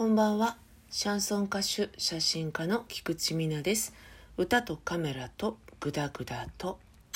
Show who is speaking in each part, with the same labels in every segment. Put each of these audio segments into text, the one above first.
Speaker 1: こんばんは。シャンソン歌手、写真家の菊池美奈です。歌とカメラとグダグダと。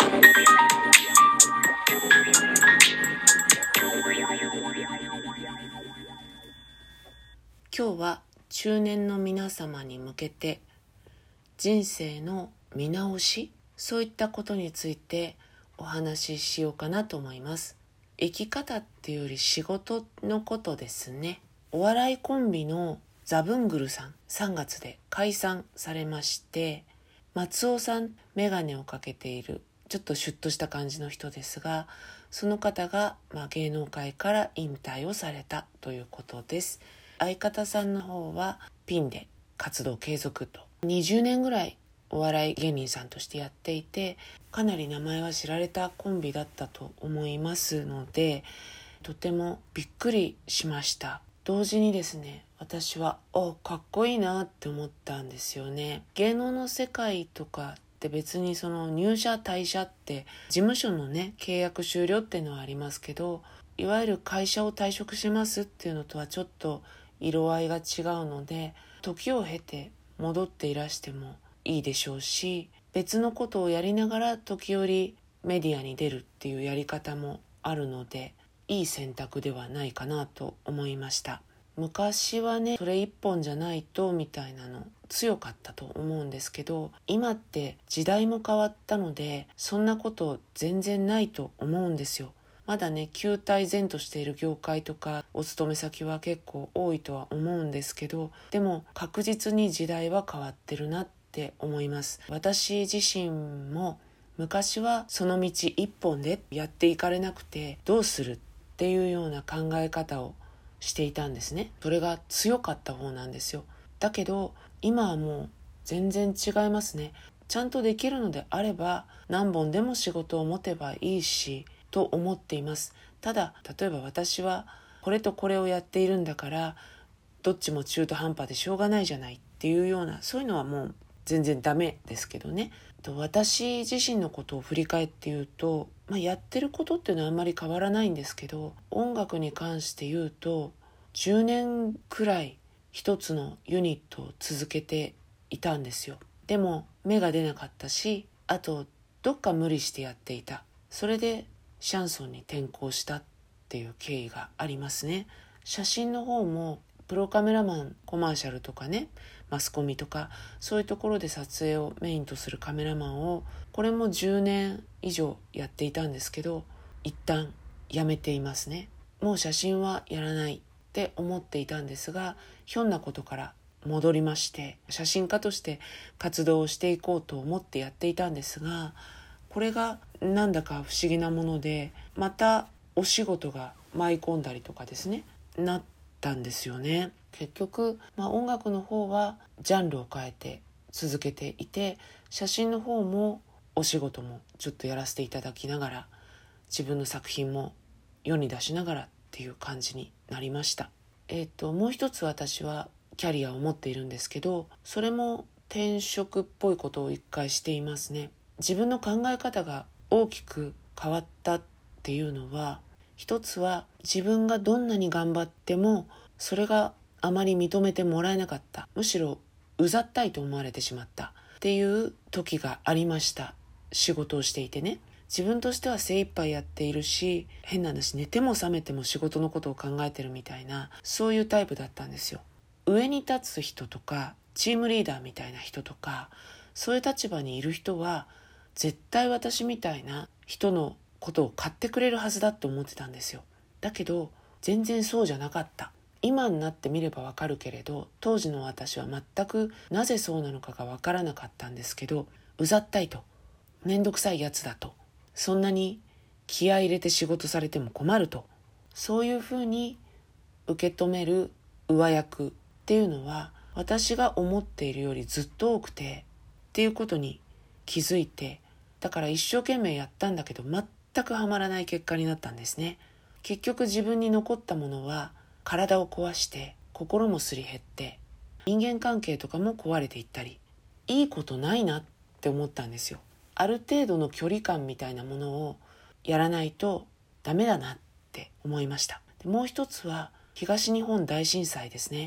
Speaker 1: 今日は中年の皆様に向けて人生の見直し、そういったことについてお話ししようかなと思います。生き方っていうより仕事のことですね。お笑いコンビのザブングルさん、3月で解散されまして、松尾さん、メガネをかけているちょっとシュッとした感じの人ですが、その方が、芸能界から引退をされたということです。相方さんの方はピンで活動継続と、20年ぐらいお笑い芸人さんとしてやっていて、かなり名前は知られたコンビだったと思いますので、とてもびっくりしました。同時にですね、私はかっこいいなって思ったんですよね。芸能の世界とかって別にその入社退社って事務所のね契約終了っていうのはありますけど、いわゆる会社を退職しますっていうのとはちょっと色合いが違うので、時を経て戻っていらしてもいいでしょうし、別のことをやりながら時折メディアに出るっていうやり方もあるので、いい選択ではないかなと思いました。昔はね、それ一本じゃないとみたいなの強かったと思うんですけど、今って時代も変わったのでそんなこと全然ないと思うんですよ。まだね、旧態依然としている業界とかお勤め先は結構多いとは思うんですけど、でも確実に時代は変わってるなって思います。私自身も昔はその道一本でやっていかれなくてどうするっていうような考え方をしていたんですね。それが強かった方なんですよ。だけど今はもう全然違いますね。ちゃんとできるのであれば何本でも仕事を持てばいいしと思っています。ただ例えば私はこれとこれをやっているんだからどっちも中途半端でしょうがないじゃないっていうような、そういうのはもう全然ダメですけどね。私自身のことを振り返って言うと、やってることっていうのはあんまり変わらないんですけど、音楽に関して言うと10年くらい一つのユニットを続けていたんですよ。でも芽が出なかったし、あとどっか無理してやっていた。それでシャンソンに転向したっていう経緯がありますね。写真の方もプロカメラマン、コマーシャルとかね、マスコミとかそういうところで撮影をメインとするカメラマンをこれも10年以上やっていたんですけど、一旦やめていますね。もう写真はやらないって思っていたんですが、ひょんなことから戻りまして、写真家として活動をしていこうと思ってやっていたんですが、これがなんだか不思議なもので、またお仕事が舞い込んだりとかですね、なったんですよね。結局、音楽の方はジャンルを変えて続けていて、写真の方もお仕事もちょっとやらせていただきながら、自分の作品も世に出しながらっていう感じになりました。もう一つ私はキャリアを持っているんですけど、それも転職っぽいことを一回していますね。自分の考え方が大きく変わったっていうのは、一つは自分がどんなに頑張ってもそれがあまり認めてもらえなかった、むしろうざったいと思われてしまったっていう時がありました。仕事をしていてね、自分としては精一杯やっているし、変な話、寝ても覚めても仕事のことを考えてるみたいな、そういうタイプだったんですよ。上に立つ人とかチームリーダーみたいな人とか、そういう立場にいる人は絶対私みたいな人のことを買ってくれるはずだと思ってたんですよ。だけど全然そうじゃなかった。今になってみればわかるけれど、当時の私は全くなぜそうなのかがわからなかったんですけど、うざったいと、めんどくさいやつだと、そんなに気合い入れて仕事されても困ると、そういうふうに受け止める上役っていうのは私が思っているよりずっと多くてっていうことに気づいて、だから一生懸命やったんだけど全くハマらない結果になったんですね。結局自分に残ったものは体を壊して心もすり減って、人間関係とかも壊れていったり、いいことないなって思ったんですよ。ある程度の距離感みたいなものをやらないとダメだなって思いました。でもう一つは東日本大震災ですね。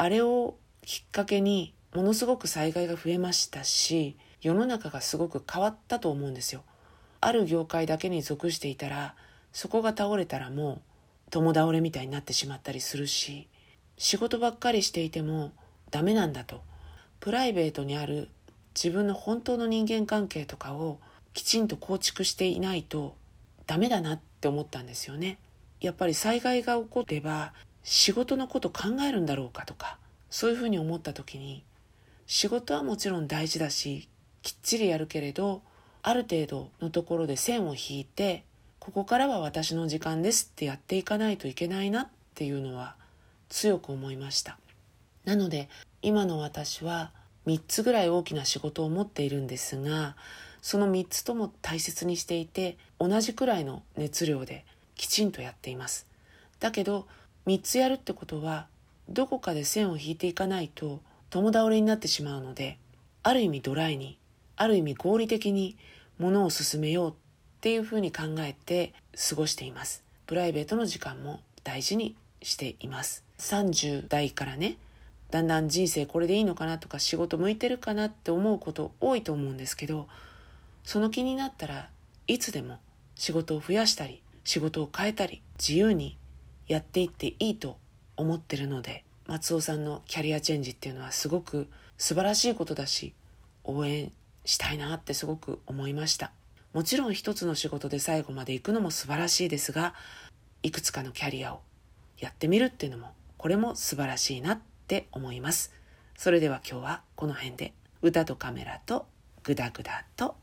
Speaker 1: あれをきっかけにものすごく災害が増えましたし、世の中がすごく変わったと思うんですよ。ある業界だけに属していたら、そこが倒れたらもう共倒れみたいになってしまったりするし、仕事ばっかりしていてもダメなんだと。プライベートにある自分の本当の人間関係とかをきちんと構築していないとダメだなって思ったんですよね。やっぱり災害が起これば仕事のこと考えるんだろうかとか、そういうふうに思った時に、仕事はもちろん大事だしきっちりやるけれど、ある程度のところで線を引いて、ここからは私の時間ですってやっていかないといけないなっていうのは強く思いました。なので今の私は3つぐらい大きな仕事を持っているんですが、その3つとも大切にしていて、同じくらいの熱量できちんとやっています。だけど3つやるってことはどこかで線を引いていかないと共倒れになってしまうので、ある意味ドライに、ある意味合理的にものを進めようっていうふうに考えて過ごしています。プライベートの時間も大事にしています。30代からね、だんだん人生これでいいのかなとか、仕事向いてるかなって思うこと多いと思うんですけど、その気になったらいつでも仕事を増やしたり仕事を変えたり自由にやっていっていいと思ってるので、松尾さんのキャリアチェンジっていうのはすごく素晴らしいことだし、応援したいなってすごく思いました。もちろん一つの仕事で最後まで行くのも素晴らしいですが、いくつかのキャリアをやってみるっていうのも、これも素晴らしいなって思います。それでは今日はこの辺で、歌とカメラとグダグダと